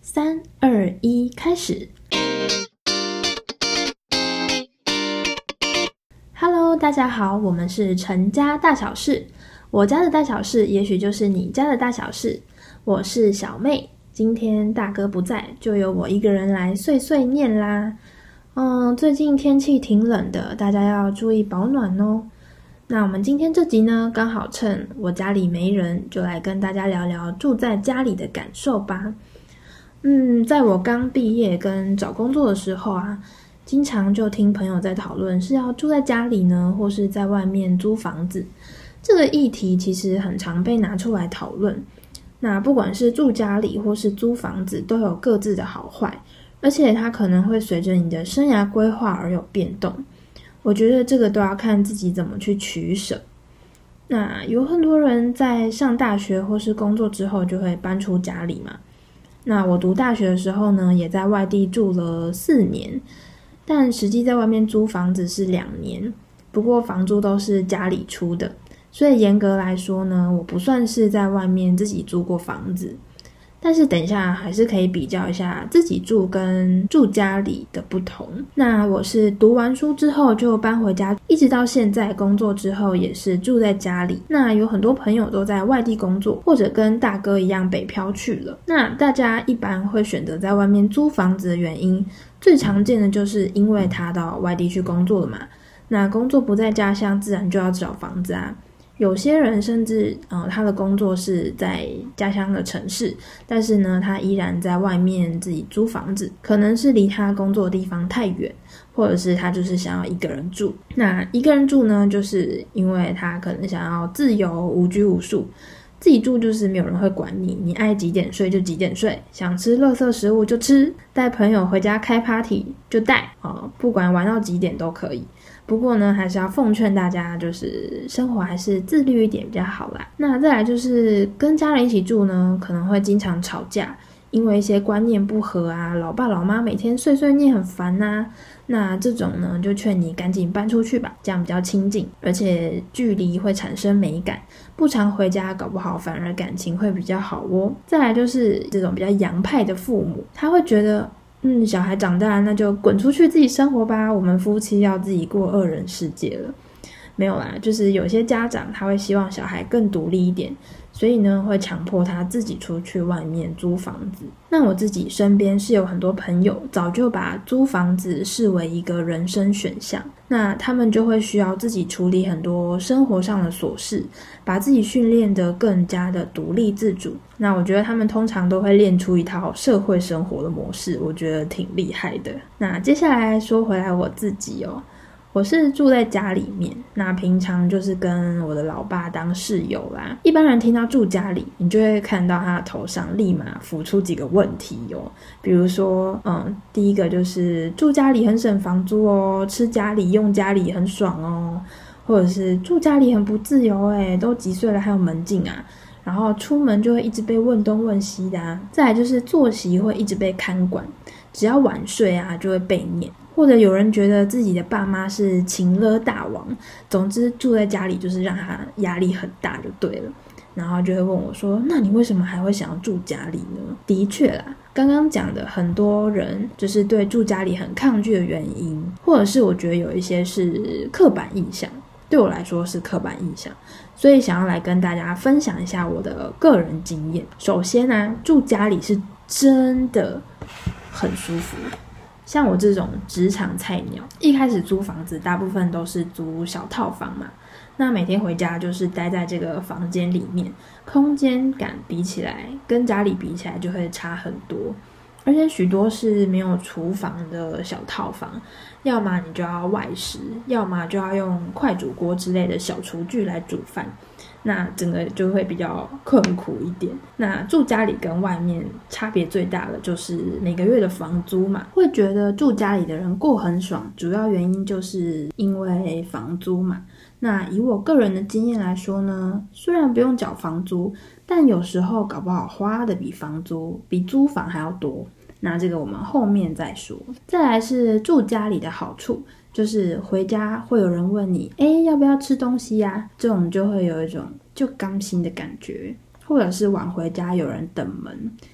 3、2、1，开始。Hello， 大家好，我们是陈家大小事。我家的大小事，也许就是你家的大小事。我是小妹，今天大哥不在，就由我一个人来碎碎念啦。最近天气挺冷的，大家要注意保暖哦。那我们今天这集呢，刚好趁我家里没人，就来跟大家聊聊住在家里的感受吧。在我刚毕业跟找工作的时候啊，经常就听朋友在讨论是要住在家里呢，或是在外面租房子。这个议题其实很常被拿出来讨论。那不管是住家里或是租房子，都有各自的好坏，而且它可能会随着你的生涯规划而有变动。我觉得这个都要看自己怎么去取舍。那有很多人在上大学或是工作之后就会搬出家里嘛。那我读大学的时候呢，也在外地住了4年，但实际在外面租房子是2年，不过房租都是家里出的，所以严格来说呢，我不算是在外面自己租过房子。但是等一下还是可以比较一下自己住跟住家里的不同。那我是读完书之后就搬回家，一直到现在工作之后也是住在家里。那有很多朋友都在外地工作，或者跟大哥一样北漂去了。那大家一般会选择在外面租房子的原因，最常见的就是因为他到外地去工作了嘛。那工作不在家乡，自然就要找房子啊。有些人甚至他的工作是在家乡的城市，但是呢他依然在外面自己租房子，可能是离他工作的地方太远，或者是他就是想要一个人住。那一个人住呢，就是因为他可能想要自由无拘无束，自己住就是没有人会管你，你爱几点睡就几点睡，想吃垃圾食物就吃，带朋友回家开 party 就带，不管玩到几点都可以。不过呢，还是要奉劝大家，就是生活还是自律一点比较好啦。那再来就是跟家人一起住呢，可能会经常吵架，因为一些观念不合啊，老爸老妈每天碎碎念很烦啊。那这种呢，就劝你赶紧搬出去吧，这样比较亲近，而且距离会产生美感，不常回家，搞不好反而感情会比较好哦。再来就是这种比较洋派的父母，他会觉得小孩长大那就滚出去自己生活吧，我们夫妻要自己过2人世界了。没有啦，就是有些家长他会希望小孩更独立一点，所以呢会强迫他自己出去外面租房子。那我自己身边是有很多朋友早就把租房子视为一个人生选项，那他们就会需要自己处理很多生活上的琐事，把自己训练得更加的独立自主。那我觉得他们通常都会练出一套社会生活的模式，我觉得挺厉害的。那接下来说回来我自己我是住在家里面，那平常就是跟我的老爸当室友啦。一般人听到住家里，你就会看到他的头上立马浮出几个问题比如说第一个就是住家里很省房租吃家里用家里很爽或者是住家里很不自由都几岁了还有门禁啊，然后出门就会一直被问东问西的啊。再来就是作息会一直被看管，只要晚睡啊就会被念，或者有人觉得自己的爸妈是情勒大王，总之住在家里就是让他压力很大就对了。然后就会问我说，那你为什么还会想要住家里呢？的确啦，刚刚讲的很多人就是对住家里很抗拒的原因，或者是我觉得有一些是刻板印象，对我来说是刻板印象，所以想要来跟大家分享一下我的个人经验。首先呢，住家里是真的很舒服。像我这种职场菜鸟，一开始租房子大部分都是租小套房嘛，那每天回家就是待在这个房间里面，空间感比起来跟家里比起来就会差很多。而且许多是没有厨房的小套房，要么你就要外食，要么就要用快煮锅之类的小厨具来煮饭，那整个就会比较困苦一点。那住家里跟外面差别最大的就是每个月的房租嘛，会觉得住家里的人过很爽，主要原因就是因为房租嘛。那以我个人的经验来说呢，虽然不用缴房租，但有时候搞不好花的比租房还要多，那这个我们后面再说。再来是住家里的好处，就是回家会有人问你要不要吃东西呀，这种就会有一种就甘心的感觉，或者是晚回家有人等门，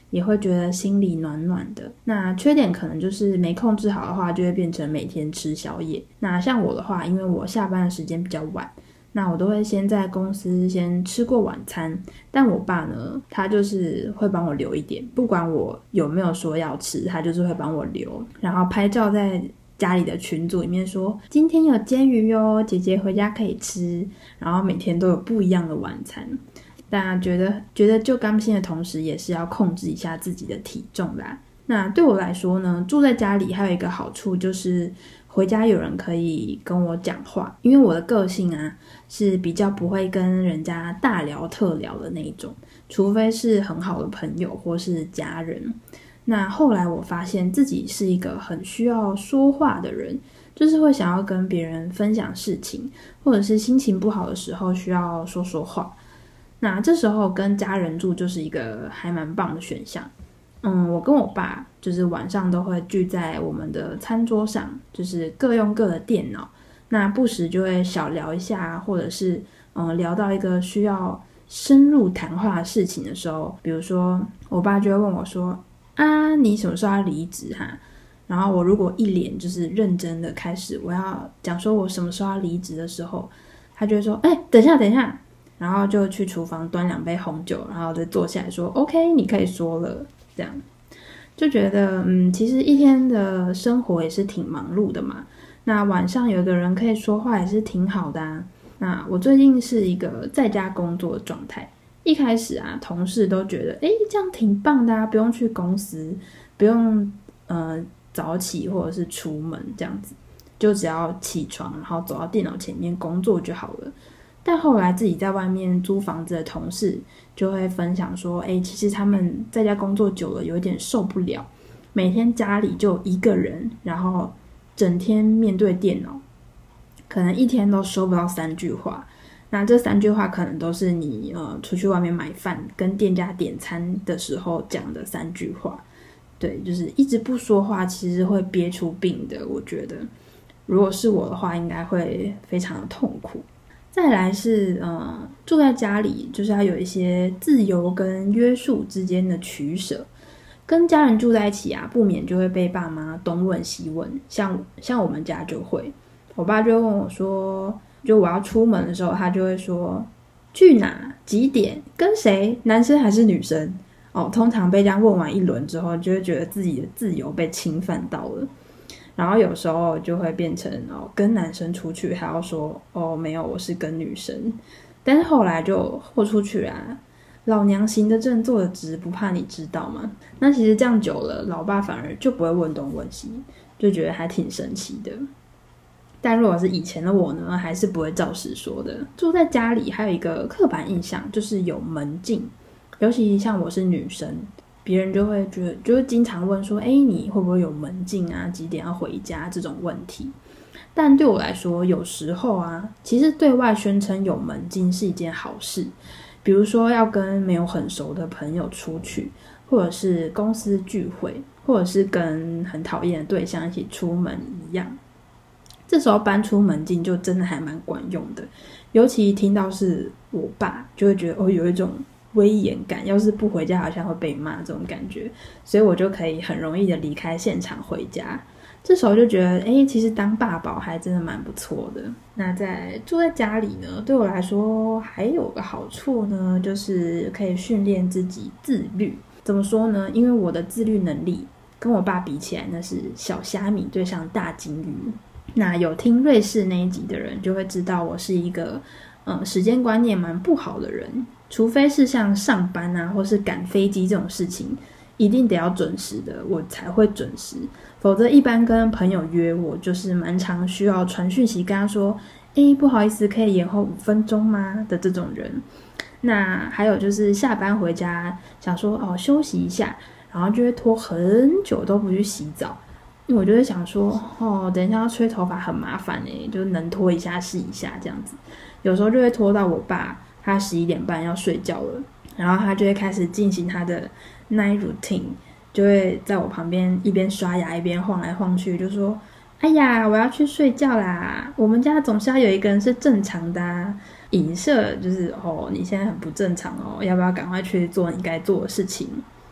也会觉得心里暖暖的。那缺点可能就是没控制好的话，就会变成每天吃宵夜。那像我的话，因为我下班的时间比较晚，那我都会先在公司先吃过晚餐，但我爸呢，他就是会帮我留一点，不管我有没有说要吃，他就是会帮我留，然后拍照在家里的群组里面说今天有煎鱼哟，姐姐回家可以吃，然后每天都有不一样的晚餐。大家觉得就甘心的同时，也是要控制一下自己的体重啦。那对我来说呢，住在家里还有一个好处就是回家有人可以跟我讲话，因为我的个性啊是比较不会跟人家大聊特聊的那一种，除非是很好的朋友或是家人。那后来我发现自己是一个很需要说话的人，就是会想要跟别人分享事情，或者是心情不好的时候需要说说话。那这时候跟家人住就是一个还蛮棒的选项。我跟我爸就是晚上都会聚在我们的餐桌上，就是各用各的电脑，那不时就会小聊一下，或者是聊到一个需要深入谈话的事情的时候，比如说我爸就会问我说啊，你什么时候要离职哈？然后我如果一脸就是认真的开始我要讲说我什么时候要离职的时候，他就会说等一下，然后就去厨房端2杯红酒，然后再坐下来说 OK 你可以说了。这样就觉得其实一天的生活也是挺忙碌的嘛，那晚上有一个人可以说话也是挺好的啊。那我最近是一个在家工作的状态，一开始啊同事都觉得这样挺棒的啊，不用去公司，不用早起或者是出门，这样子就只要起床然后走到电脑前面工作就好了。但后来自己在外面租房子的同事就会分享说其实他们在家工作久了有一点受不了，每天家里就一个人，然后整天面对电脑，可能一天都说不到3句话。那这3句话可能都是你出去外面买饭跟店家点餐的时候讲的3句话。对，就是一直不说话其实会憋出病的，我觉得如果是我的话应该会非常的痛苦。再来是住在家里就是要有一些自由跟约束之间的取舍。跟家人住在一起啊，不免就会被爸妈东问西问，像我们家就会，我爸就会问我说，就我要出门的时候，他就会说去哪、几点、跟谁、男生还是女生。通常被这样问完一轮之后，就会觉得自己的自由被侵犯到了。然后有时候就会变成跟男生出去还要说没有，我是跟女生。但是后来就豁出去啊，老娘行得正坐得直，不怕你知道吗？那其实这样久了，老爸反而就不会问东问西，就觉得还挺神奇的。但如果是以前的我呢，还是不会照实说的。住在家里还有一个刻板印象，就是有门禁，尤其像我是女生，别人就会觉得，就会经常问说你会不会有门禁啊，几点要回家这种问题。但对我来说，有时候啊，其实对外宣称有门禁是一件好事。比如说要跟没有很熟的朋友出去，或者是公司聚会，或者是跟很讨厌的对象一起出门一样，这时候搬出门禁就真的还蛮管用的。尤其听到是我爸，就会觉得有一种威严感，要是不回家好像会被骂这种感觉，所以我就可以很容易的离开现场回家。这时候就觉得其实当爸宝还真的蛮不错的。那在住在家里呢，对我来说还有个好处呢，就是可以训练自己自律。怎么说呢？因为我的自律能力跟我爸比起来，那是小虾米对上大金鱼。那有听瑞士那一集的人就会知道，我是一个时间观念蛮不好的人，除非是像上班啊或是赶飞机这种事情一定得要准时的，我才会准时。否则一般跟朋友约，我就是蛮常需要传讯息跟他说不好意思可以延后5分钟吗的这种人。那还有就是下班回家想说休息一下，然后就会拖很久都不去洗澡，因为我就会想说等一下要吹头发很麻烦就能拖一下是一下这样子。有时候就会拖到我爸他11点半要睡觉了，然后他就会开始进行他的 night routine， 就会在我旁边一边刷牙一边晃来晃去，就说哎呀我要去睡觉啦，我们家总是要有一个人是正常的啊，影射就是你现在很不正常要不要赶快去做你该做的事情。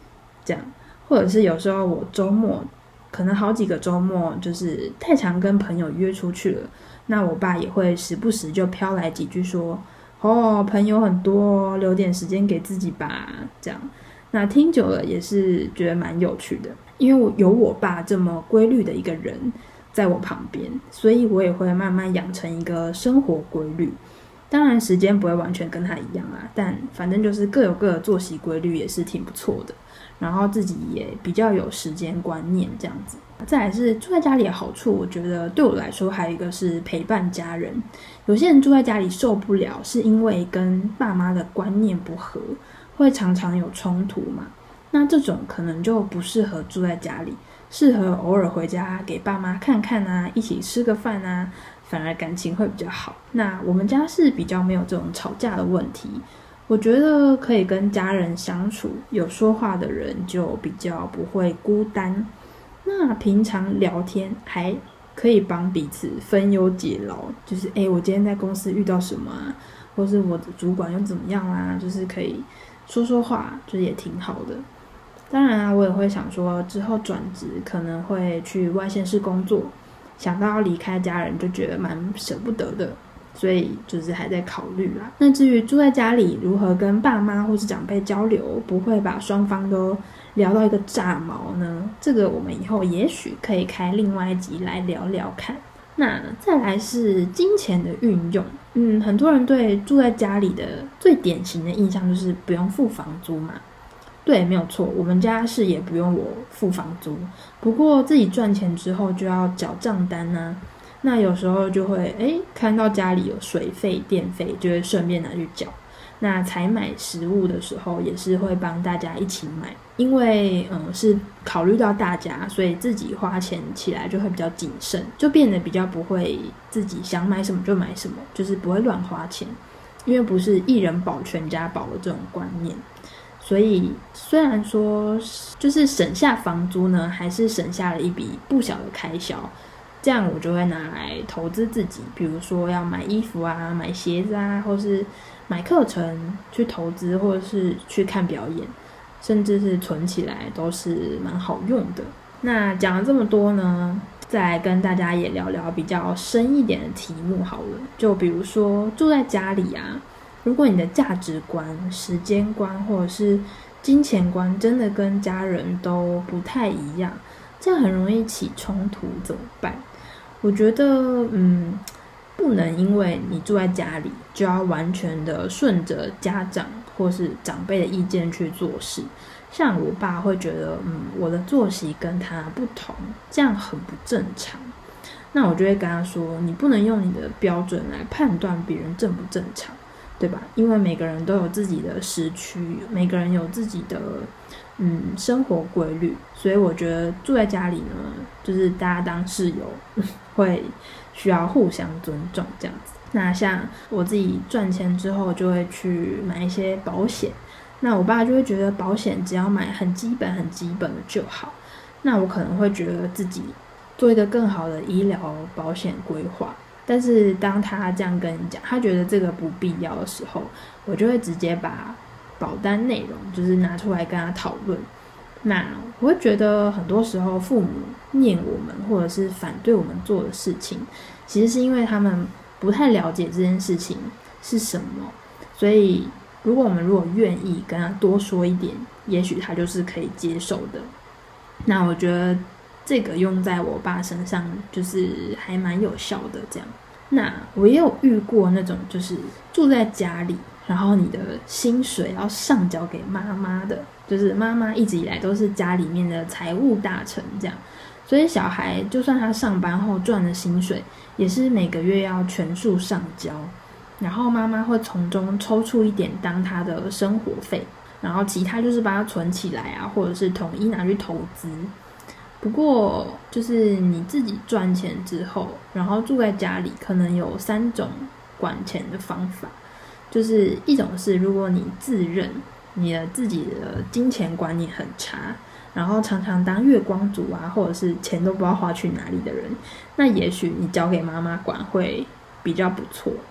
这样。或者是有时候我周末可能好几个周末就是太常跟朋友约出去了，那我爸也会时不时就飘来几句说，朋友很多，留点时间给自己吧，这样。那听久了也是觉得蛮有趣的，因为有我爸这么规律的一个人在我旁边，所以我也会慢慢养成一个生活规律。当然时间不会完全跟他一样啦，但反正就是各有各的作息规律，也是挺不错的。然后自己也比较有时间观念这样子。再来是住在家里的好处，我觉得对我来说还有一个是陪伴家人。有些人住在家里受不了，是因为跟爸妈的观念不合，会常常有冲突嘛。那这种可能就不适合住在家里，适合偶尔回家给爸妈看看啊，一起吃个饭啊，反而感情会比较好。那我们家是比较没有这种吵架的问题，我觉得可以跟家人相处，有说话的人就比较不会孤单。那平常聊天还可以帮彼此分忧解劳，就是我今天在公司遇到什么啊，或是我的主管又怎么样啦，就是可以说说话，就是也挺好的。当然啊，我也会想说之后转职可能会去外县市工作，想到要离开家人就觉得蛮舍不得的，所以就是还在考虑啦。那至于住在家里如何跟爸妈或是长辈交流，不会把双方都聊到一个炸毛呢？这个我们以后也许可以开另外一集来聊聊看。那再来是金钱的运用，很多人对住在家里的最典型的印象就是不用付房租嘛。对，没有错，我们家是也不用我付房租，不过自己赚钱之后就要缴账单啊。那有时候就会看到家里有水费电费，就会顺便拿去缴。那采买食物的时候也是会帮大家一起买，因为是考虑到大家，所以自己花钱起来就会比较谨慎，就变得比较不会自己想买什么就买什么，就是不会乱花钱，因为不是一人保全家保的这种观念。所以虽然说就是省下房租呢，还是省下了一笔不小的开销，这样我就会拿来投资自己，比如说要买衣服啊，买鞋子啊，或是买课程去投资，或者是去看表演，甚至是存起来都是蛮好用的。那讲了这么多呢，再来跟大家也聊聊比较深一点的题目好了，就比如说住在家里啊，如果你的价值观、时间观或者是金钱观真的跟家人都不太一样，这样很容易起冲突，怎么办？我觉得不能因为你住在家里就要完全的顺着家长或是长辈的意见去做事。像我爸会觉得我的作息跟他不同，这样很不正常。那我就会跟他说，你不能用你的标准来判断别人正不正常，对吧？因为每个人都有自己的时区，每个人有自己的生活规律，所以我觉得住在家里呢，就是大家当室友会需要互相尊重这样子。那像我自己赚钱之后就会去买一些保险，那我爸就会觉得保险只要买很基本的就好，那我可能会觉得自己做一个更好的医疗保险规划。但是当他这样跟你讲，他觉得这个不必要的时候，我就会直接把保单内容就是拿出来跟他讨论。那我会觉得很多时候父母念我们或者是反对我们做的事情，其实是因为他们不太了解这件事情是什么，所以如果愿意跟他多说一点，也许他就是可以接受的。那我觉得这个用在我爸身上就是还蛮有效的这样。那我也有遇过那种就是住在家里，然后你的薪水要上交给妈妈的，就是妈妈一直以来都是家里面的财务大臣这样，所以小孩就算他上班后赚的薪水也是每个月要全数上交，然后妈妈会从中抽出一点当他的生活费，然后其他就是把它存起来啊，或者是统一拿去投资。不过就是你自己赚钱之后，然后住在家里，可能有3种管钱的方法。就是一种是如果你自认你的自己的金钱观念很差，然后常常当月光族啊，或者是钱都不知道花去哪里的人，那也许你交给妈妈管会比较不错。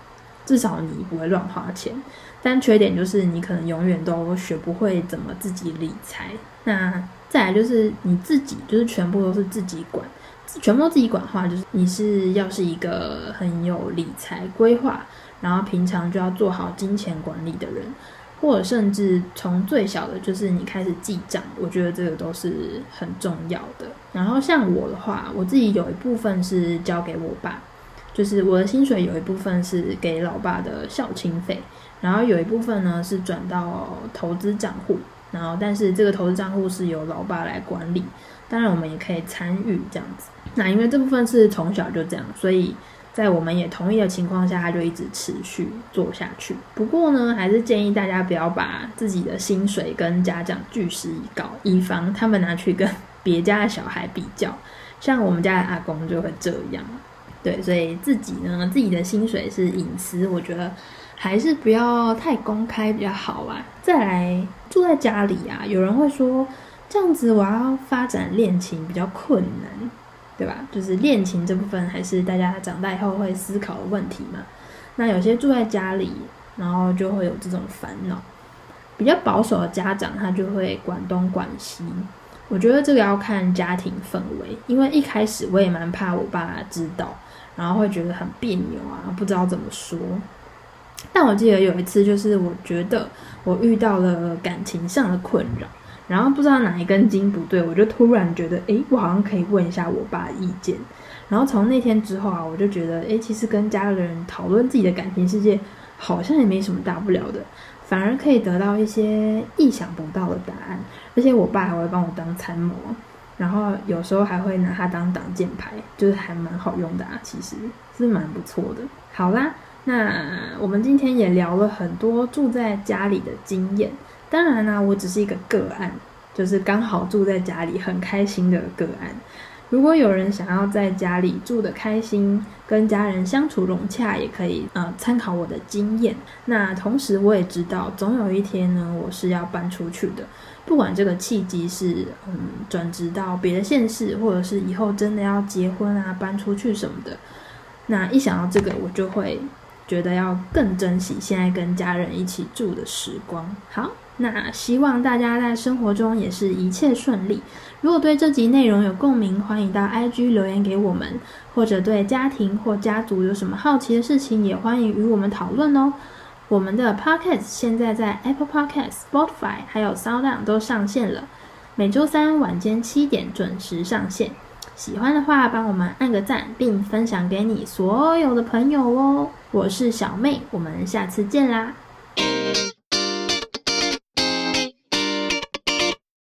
至少你不会乱花钱。但缺点就是你可能永远都学不会怎么自己理财。那再来就是你自己就是全部都是自己管，全部都自己管的话，就是你要是一个很有理财规划，然后平常就要做好金钱管理的人，或者甚至从最小的就是你开始记账，我觉得这个都是很重要的。然后像我的话，我自己有一部分是交给我爸，就是我的薪水有一部分是给老爸的孝亲费，然后有一部分呢是转到投资账户，然后但是这个投资账户是由老爸来管理，当然我们也可以参与这样子。那因为这部分是从小就这样，所以在我们也同意的情况下，他就一直持续做下去。不过呢，还是建议大家不要把自己的薪水跟家长据实以告，以防他们拿去跟别家的小孩比较。像我们家的阿公就会这样。对，所以自己的薪水是隐私，我觉得还是不要太公开比较好啊。再来，住在家里啊，有人会说这样子我要发展恋情比较困难，对吧？就是恋情这部分还是大家长大以后会思考的问题嘛。那有些住在家里，然后就会有这种烦恼。比较保守的家长他就会管东管西，我觉得这个要看家庭氛围。因为一开始我也蛮怕我爸知道，然后会觉得很别扭啊，不知道怎么说。但我记得有一次，就是我觉得我遇到了感情上的困扰，然后不知道哪一根筋不对，我就突然觉得我好像可以问一下我爸的意见。然后从那天之后啊，我就觉得其实跟家人讨论自己的感情世界好像也没什么大不了的，反而可以得到一些意想不到的答案。而且我爸还会帮我当参谋，然后有时候还会拿它当挡箭牌，就是还蛮好用的啊，其实是蛮不错的。好啦，那我们今天也聊了很多住在家里的经验。当然啦，我只是一个个案，就是刚好住在家里很开心的个案。如果有人想要在家里住得开心，跟家人相处融洽，也可以参考我的经验。那同时我也知道，总有一天呢，我是要搬出去的。不管这个契机是转职到别的县市，或者是以后真的要结婚啊，搬出去什么的。那一想到这个，我就会觉得要更珍惜现在跟家人一起住的时光。好，那希望大家在生活中也是一切顺利。如果对这集内容有共鸣，欢迎到 IG 留言给我们，或者对家庭或家族有什么好奇的事情，也欢迎与我们讨论哦。我们的 Podcast 现在在 Apple Podcast、Spotify 还有 SoundOn 都上线了，每周三晚间7点准时上线。喜欢的话帮我们按个赞，并分享给你所有的朋友哦。我是小妹，我们下次见啦。